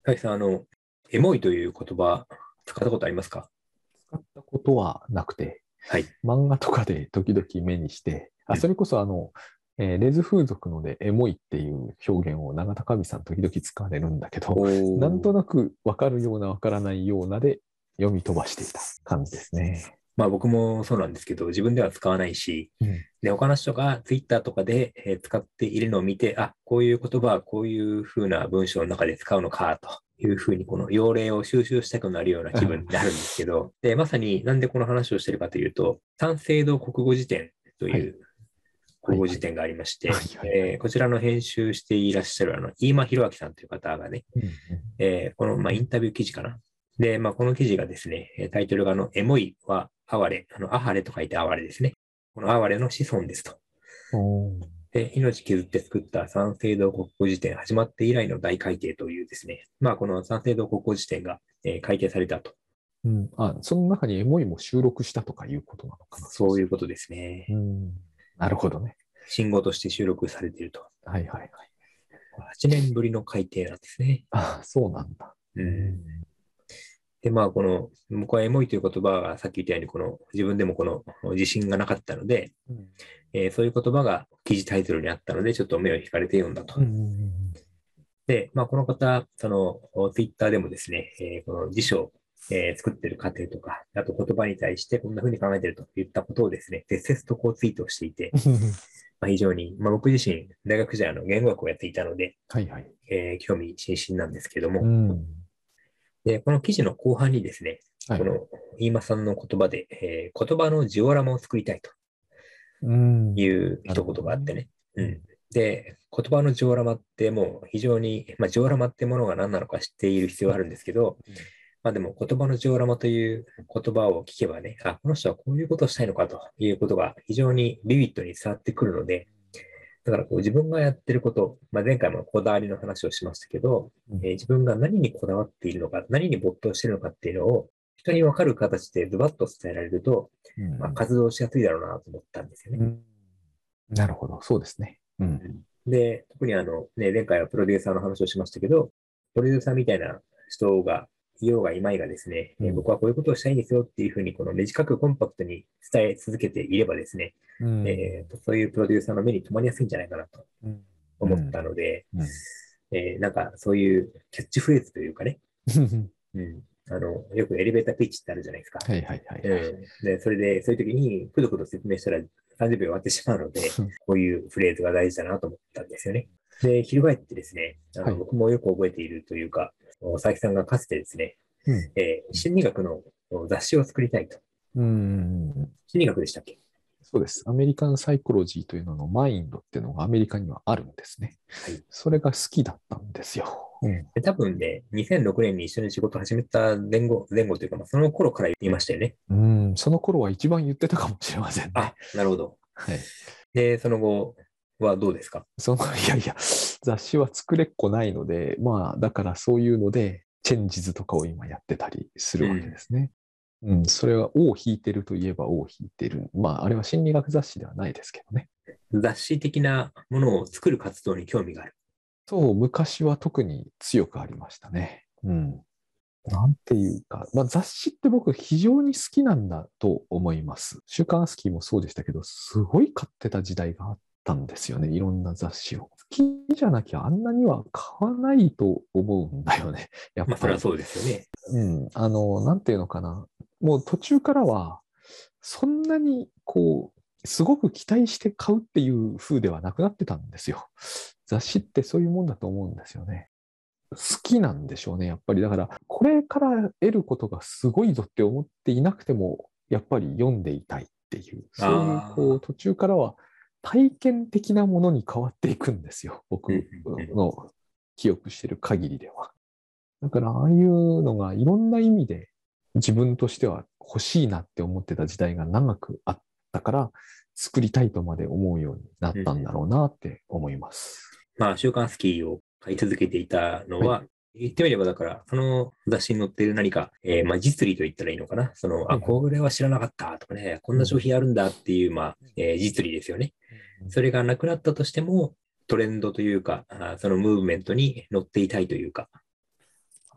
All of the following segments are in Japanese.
高木さん、エモいという言葉、使ったことありますか？ 使ったことはなくて、 はい。 漫画とかで時々目にして、 うん。 それこそレズ風俗のでエモいっていう表現を永田上さん時々使われるんだけど、なんおー。 となくわかるようなわからないようなで読み飛ばしていた感じですね。 まあ僕もそうなんですけど、自分では使わないし、 うん。 で、他の人がツイッターとかで、使っているのを見て、あ、こういう言葉はこういう風な文章の中で使うのか、というふうにこの用例を収集したくなるような気分になるんですけど、で、まさになんでこの話をしているかというと、三省堂国語辞典とはい。 いうはい。はい。 国語辞典がありましはい。 て、 はい。はい。 こちらの編集していらっしゃる飯間博明さんという方がね、 うん。うん。 この、インタビュー記事かな。で、この記事がですね、タイトルがエモいは哀れ、アハレと書いて哀れですね。この哀れの子孫ですと。 おー。 で、命削って作った三省堂国語辞典始まって以来の大改訂というですね、この三省堂国語辞典が、改訂されたと。 うん。その中にエモいも収録したとかいうことなのかな、そうするそういうことですね。 と。うん。なるほどね。 信号として収録されていると。 はい。はい。はい。 8年ぶりの改訂なんですね。 そうなんだ。 うん。 うん。 で、僕はエモいという言葉がさっき言ったように、自分でもこの自信がなかったので、 うん。 そういう言葉が記事タイトルにあったので、ちょっと目を惹かれて読んだと。 うん。 で、この方、ツイッターでもですね、この辞書を、作ってる過程とか、あと言葉に対してこんな風に考えてるといったことをですね、切々とツイートをしていて、非常に、僕自身、大学時代言語学をやっていたので、 はいはい。 興味津々なんですけどうも、 ん。 で、この記事の後半にですね、 はいはい。 この、飯間さんの言葉で、言葉のジオラマを作りたいとうん。 いう一なるほどね。 言があってね。うん。 うん。 で、言葉のジオラマってもう非常に、ジオラマってものが何なのか知っている必要があるんですけど、 うん。 でも言葉のジオラマという言葉を聞けばね、あ、この人はこういうことをしたいのかということが非常にビビッドに伝わってくるので、だから自分がやってること、前回もこだわりの話をしましたけど、 うん。 自分が何にこだわっているのか、何に没頭しているのかっていうのを人に分かる形でズバッと伝えられると、 うん。 活動しやすいだろうなと思ったんですよね。 うん。なるほど。そうですね。うん。 うん。で、特に前回はプロデューサーの話をしましたけど、プロデューサーみたいな人がいようがいまいがですね、 うん。 僕はこういうことをしたいんですよっていうふうに、この短くコンパクトに伝え続けていればですね、 うん。 そういうプロデューサーの目に留まりやすいんじゃないかなとうん。う思っん。 たので、 うん。 なんかそういうキャッチフレーズというかね、うん、よくエレベーターピッチってあるじゃないですか。 はいはいはいはい。 うん。で、それで、そういう時に、くどくど説明したら30秒終わってしまうので、こういうフレーズが大事だなと思ったんですよね。で、翻ってですね、 はい。 僕もよく覚えているというか、佐々木さんがかつてですね、 うん。 心理学の雑誌を作りたいと。 うん。 心理学でしたっけ？ そうです。アメリカンサイコロジーというののマインドっていうのがアメリカにはあるんですね。 はい。 それが好きだったんですよ。うん。 で、多分ね、2006年に一緒に仕事を始めた前後というか、その頃から言いましたよね。 うん。その頃は一番言ってたかもしれませんね。 あ、なるほど。 はい。 で、その後はどうですか？ いやいや、雑誌は作れっこないので、だからそういうので、チェンジズとかを今やってたりするわけでうん。 すね。うん、それは尾を引いてるといえば尾を引いてる。あれは心理学雑誌ではないですけどね。 雑誌的なものを作る活動に興味がある。 そう、昔は特に強くありましたね。うん。なんていうか、雑誌って僕非常に好きなんだと思います。週刊スキーもそうでしたけど、すごい買ってた時代があったんですよね。いろんな雑誌を。好きじゃなきゃあんなには買わないと思うんだよね。やっぱり。 それはそうですよね。 うん。なんていうのかな。もう途中からは、そんなにすごく期待して買うっていう風ではなくなってたんですよ。雑誌ってそういうもんだと思うんですよね。好きなんでしょうね、やっぱり。だから、これから得ることがすごいぞって思っていなくても、やっぱり読んでいたいっていう、そういう、 ああ、 途中からは体験的なものに変わっていくんですよ。 うん、 僕うん、 の記憶している限りでは。だから、ああいうのがいろんな意味で自分としては欲しいなって思ってた時代が長くあったから、作りたいとまで思うようになっうん、うん。 たんだろうなって思います。 週刊スキーを買い続けていたのはい。 は、言ってみればだから、その雑誌に載っている何か、実利と言ったらいいのかな。 はいはい。 これは知らなかったとかね、こんな商うん。 品あるんだっていう、実利ですよね。それがなくなったとしても、トレンドというか、そのムーブメントに乗っていたいというか。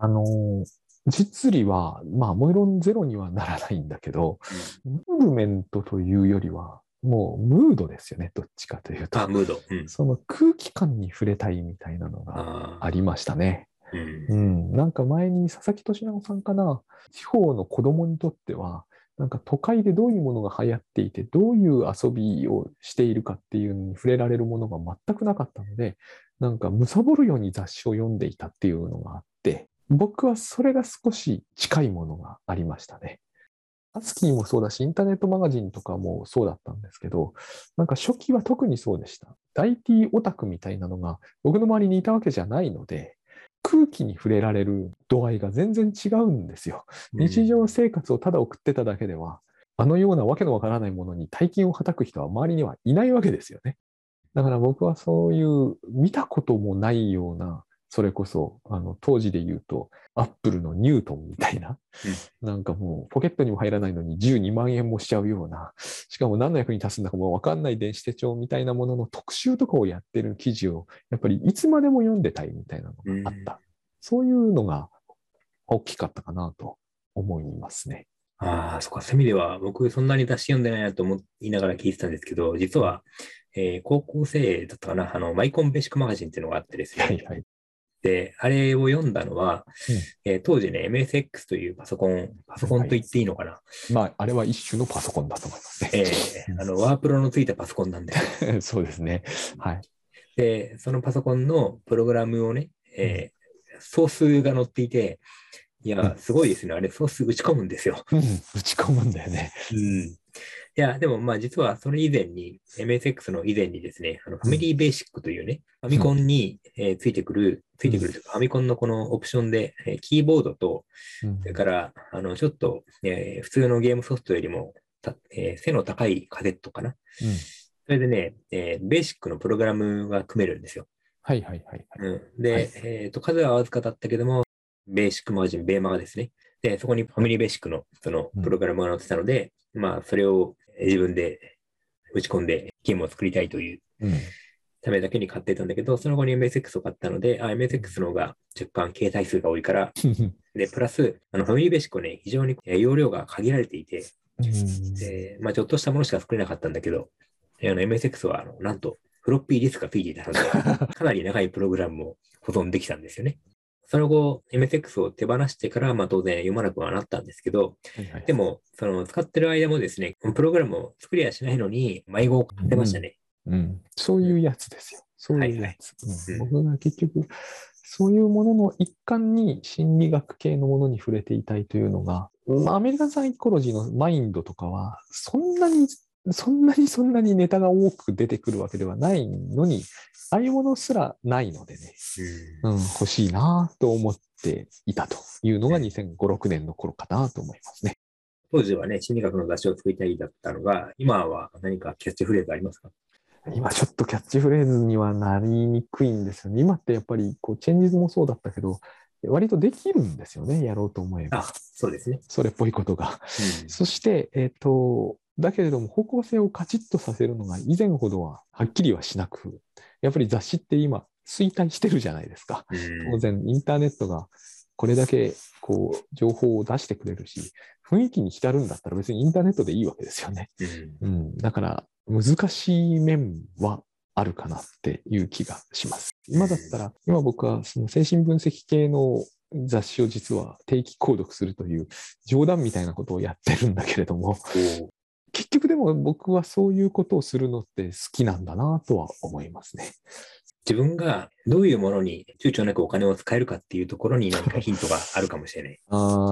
実利は、まあ、もちろんゼロにはならないんだけど、ムーブメントというよりは、もうムードですよね、どっちかというと。 ムード。 その空気感に触れたいみたいなのがありましたね。なんか前に佐々木俊直さんかな、地方の子供にとっては、なんか都会でどういうものが流行っていて、どういう遊びをしているかっていうのに触れられるものが全くなかったので、なんか貪るように雑誌を読んでいたっていうのがあって、僕はそれが少し近いものがありましたね。アスキーもそうだし、インターネットマガジンとかもそうだったんですけど、なんか初期は特にそうでした。IT オタクみたいなのが僕の周りにいたわけじゃないので、空気に触れられる度合いが全然違うんですよ。日常生活をただ送ってただけでは、あのようなわけのわからないものに大金をはたく人は周りにはいないわけですよね。だから僕はそういう見たこともないような、それこそ当時で言うと、アップルのニュートンみたいな、なんかもうポケットにも入らないのに12万円もしちゃうような、しかも何の役に立つんだかもわかんない電子手帳みたいなものの特集とかをやってる記事を、やっぱりいつまでも読んでたいみたいなのがあった。そういうのが大きかったかなと思いますね。 そっか。そういう意味では、僕そんなに雑誌読んでないなと思いながら聞いてたんですけど、実は、高校生だったかな、マイコンベーシックマガジンっていうのがあってですね。 はいはい。 で、あれを読んだのは、当時ね、MSX というパソコンと言っていいのかな。 まあ、あれは一種のパソコンだと思いますね。 ワープロのついたパソコンなんですよ。そうですね。はい。 で、そのパソコンのプログラムをね、ソースが載っていて、いや、すごいですね。あれ、ソース打ち込むんですよ。 打ち込むんだよね。 いや、でもまあ実はそれ以前に、MSX の以前にですね、ファミリーベーシックというね、ファミコンに、ついてくるというか、ファミコンのこのオプションで、キーボードと、それから、ちょっと、普通のゲームソフトよりも背の高いカセットかな。それでね、ベーシックのプログラムが組めるんですよ。 はいはいはい。 で、数はわずかだったけども、ベーシックマガジン、ベーマガですね。で、そこにファミリーベーシックのそのプログラムが載ってたので、まあ、それを自分で打ち込んでゲームを作りたいというためだけに買っていたんだけど、その後に MSX を買ったので、MSX の方が若干携帯数が多いから、で、プラス、ファミリーベーシックはね、非常に容量が限られていて、まあ、ちょっとしたものしか作れなかったんだけど、MSX はなんとフロッピーディスクがついていたので、かなり長いプログラムを保存できたんですよね。その後、MSX を手放してから、まあ当然読まなくはなったんですけど、でも、その使ってる間もですね、プログラムを作りはしないのに、迷子を買ってましたね。 そういうやつですよ。そういうやつ。僕が結局、そういうものの一環に心理学系のものに触れていたいというのが、アメリカンサイコロジーのマインドとかは、そんなにネタが多く出てくるわけではないのに、ああいうものすらないのでね、欲しいなと思っていたというのが2005、6年の頃かなと思いますね。 当時はね、心理学の雑誌を作りたいだったのが、今は何かキャッチフレーズありますか？ 今ちょっとキャッチフレーズにはなりにくいんですよね。今ってやっぱりチェンジズもそうだったけど、割とできるんですよね、やろうと思えば。 そうですね。 それっぽいことが。そして、だけれども方向性をカチッとさせるのが以前ほどははっきりはしなく、やっぱり雑誌って今衰退してるじゃないですか。当然インターネットがこれだけ情報を出してくれるし、雰囲気に浸るんだったら別にインターネットでいいわけですよね。だから難しい面はあるかなっていう気がします。今僕はその精神分析系の雑誌を実は定期購読するという冗談みたいなことをやってるんだけれども、結局でも僕はそういうことをするのって好きなんだなとは思いますね。 自分がどういうものに躊躇なくお金を使えるかっていうところに何かヒントがあるかもしれない。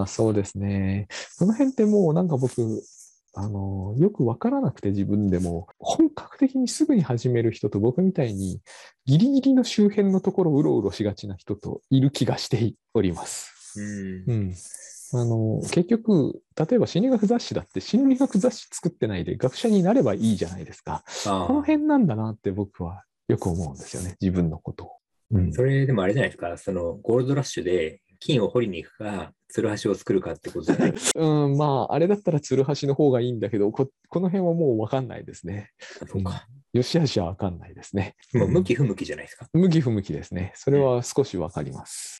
そうですね。その辺ってもうなんか僕、よくわからなくて自分でも本格的にすぐに始める人と僕みたいにギリギリの周辺のところをうろうろしがちな人といる気がしております。結局、例えば心理学雑誌だって心理学雑誌作ってないで学者になればいいじゃないですか。この辺なんだなって僕はよく思うんですよね、自分のことを。 それでもあれじゃないですか、そのゴールドラッシュで金を掘りに行くか、ツルハシを作るかってことじゃないまあ、あれだったらツルハシの方がいいんだけど、この辺はもう分かんないですね。 そうか。 よしあしは分かんないですね。 向き不向きじゃないですか。 向き不向きですね。それは少し分かります。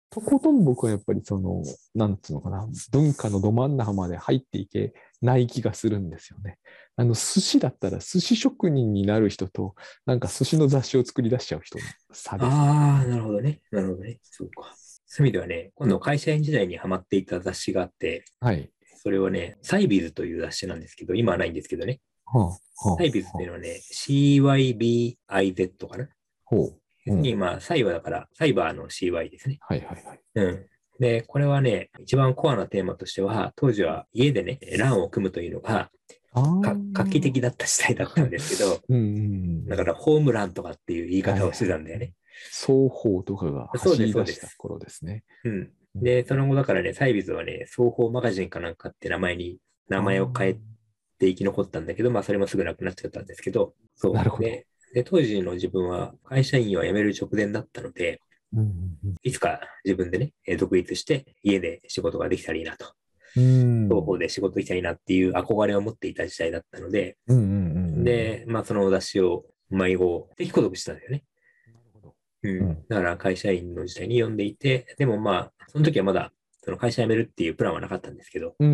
とことん僕はやっぱりなんつうのかな、文化のど真ん中まで入っていけない気がするんですよね。寿司だったら寿司職人になる人と、なんか寿司の雑誌を作り出しちゃう人の差ですよああ、 ね。 なるほどね。なるほどね。そうか。そういう意味ではね、今度会社員時代にハマっていた雑誌があって、 はい。 それはね、サイビズという雑誌なんですけど、今はないんですけどね。 はあ、はサイビズっあ、はあ。 ていうのはね、CYBIZ かな。 ほう。 要するに、 うん。 まあ、サイバーだから、サイバーの CY ですね。 はいはいはい。 うん。で、これはね、一番コアなテーマとしては、当時は家でね、ランを組むというのがあ画期的あ。 だった時代だったんですけど、 うんうんだからホームランとかっていう言いうん。はい方をしてはい。 たんだよね。 双方とかがそうです、 走り出そうです。 した頃ですね。 うん。 うん、 で、その後だからね、サイビズはね、双方マガジンかなんかって名あ前を変えあ。 て生き残ったんだけど、まあそれもすぐなくなっちゃったんですけど、そう。 なるほど。 で、当時の自分は会社員を辞める直前だったので、 うんいつか自分でね、独立して家で仕事ができたらいいなと。 うんうん。 双方で仕事できたらいいなっていう憧れを持っていた時代だったので、 うんうんうんうんうん。 で、まあその雑誌を迷子的購読してたんだよね。 なるほど。 うん。 うん。 だから会社員の時代に読んでいて、でもまあ、その時はまだその会社辞めるっていうプランはなかったんですけど、 うん。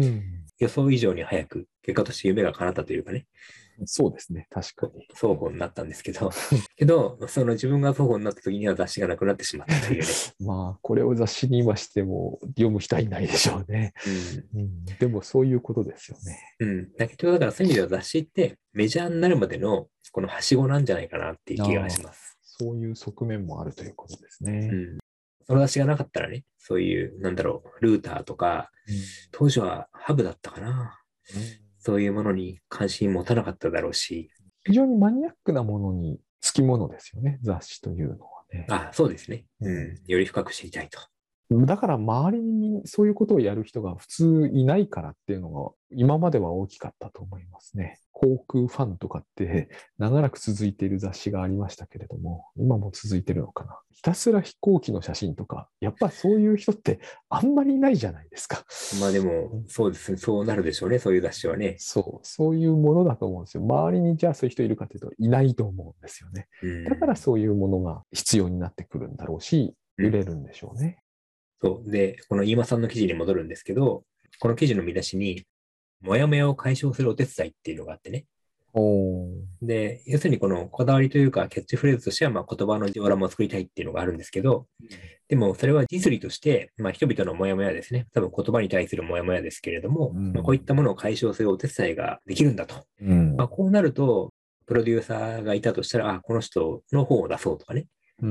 予想以上に早く結果として夢が叶ったというかね、 そうですね。確かに。 双方になったんですけど、その自分が双方になった時には雑誌がなくなってしまったというね。 まあ、これを雑誌に今しても読む人はいないでしょうね。 うん。 うん、でも、そういうことですよね。 うん。だけど、だからそういう意味では雑誌ってメジャーになるまでのこのはしごなんじゃないかなっていう気がああ、 します。 そういう側面もあるということですね。 うん。その雑誌がなかったらね、そういう、ルーターとか、 うん。 当時はハブだったかな。 うん、 そういうものに関心持たなかっただろうし、 非常にマニアックなものにつきものですよね。雑誌というのはね。 あ、そうですね。 うん、 うん。より深く知りたいと。 だから周りにそういうことをやる人が普通いないからっていうのが今までは大きかったと思いますね。航空ファンとかって長らく続いている雑誌がありましたけれども、今も続いてるのかな。ひたすら飛行機の写真とか、やっぱりそういう人ってあんまりいないじゃないですか。 まあでも、そうですね。そうなるでしょうね。そういう雑誌はね。 そういうものだと思うんですよ。周りにじゃあそういう人いるかというといないと思うんですよね。 うだからん。 そういうものが必要になってくるんだろうし、 うん。 売れるんでしょうね。 そう。で、この飯間さんの記事に戻るんですけど、この記事の見出しに、もやもやを解消するお手伝いっていうのがあってね。 おー。 で、要するにこのこだわりというか、キャッチフレーズとしては、まあ言葉のジオラマを作りたいっていうのがあるんですけど、でもそれは実利として、まあ人々のモヤモヤですね。多分言葉に対するモヤモヤですけれども、まあ、こういったものを解消するお手伝いができるんだと。 うん。 まあ、こうなると、プロデューサーがいたとしたら、あ、この人の本を出そうとかね。 うん。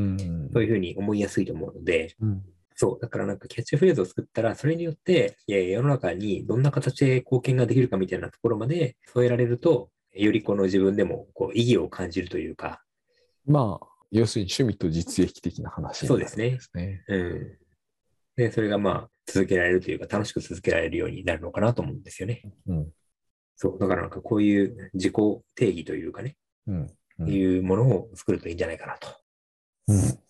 そういうふうに思いやすいと思うので、 うん。 そう。だからなんかキャッチフレーズを作ったら、それによって、世の中にどんな形で貢献ができるかみたいなところまで添えられると、よりこの自分でもこう意義を感じるというか、 まあ、要するに趣味と実益的な話になるんでそうですね。 すね。 うん。で、それがまあ、続けられるというか、楽しく続けられるようになるのかなと思うんですよね。 うん。 そう。だからなんかこういう自己定義というかね、 うん。うん。 いうものを作るといいんじゃないかなと。 うん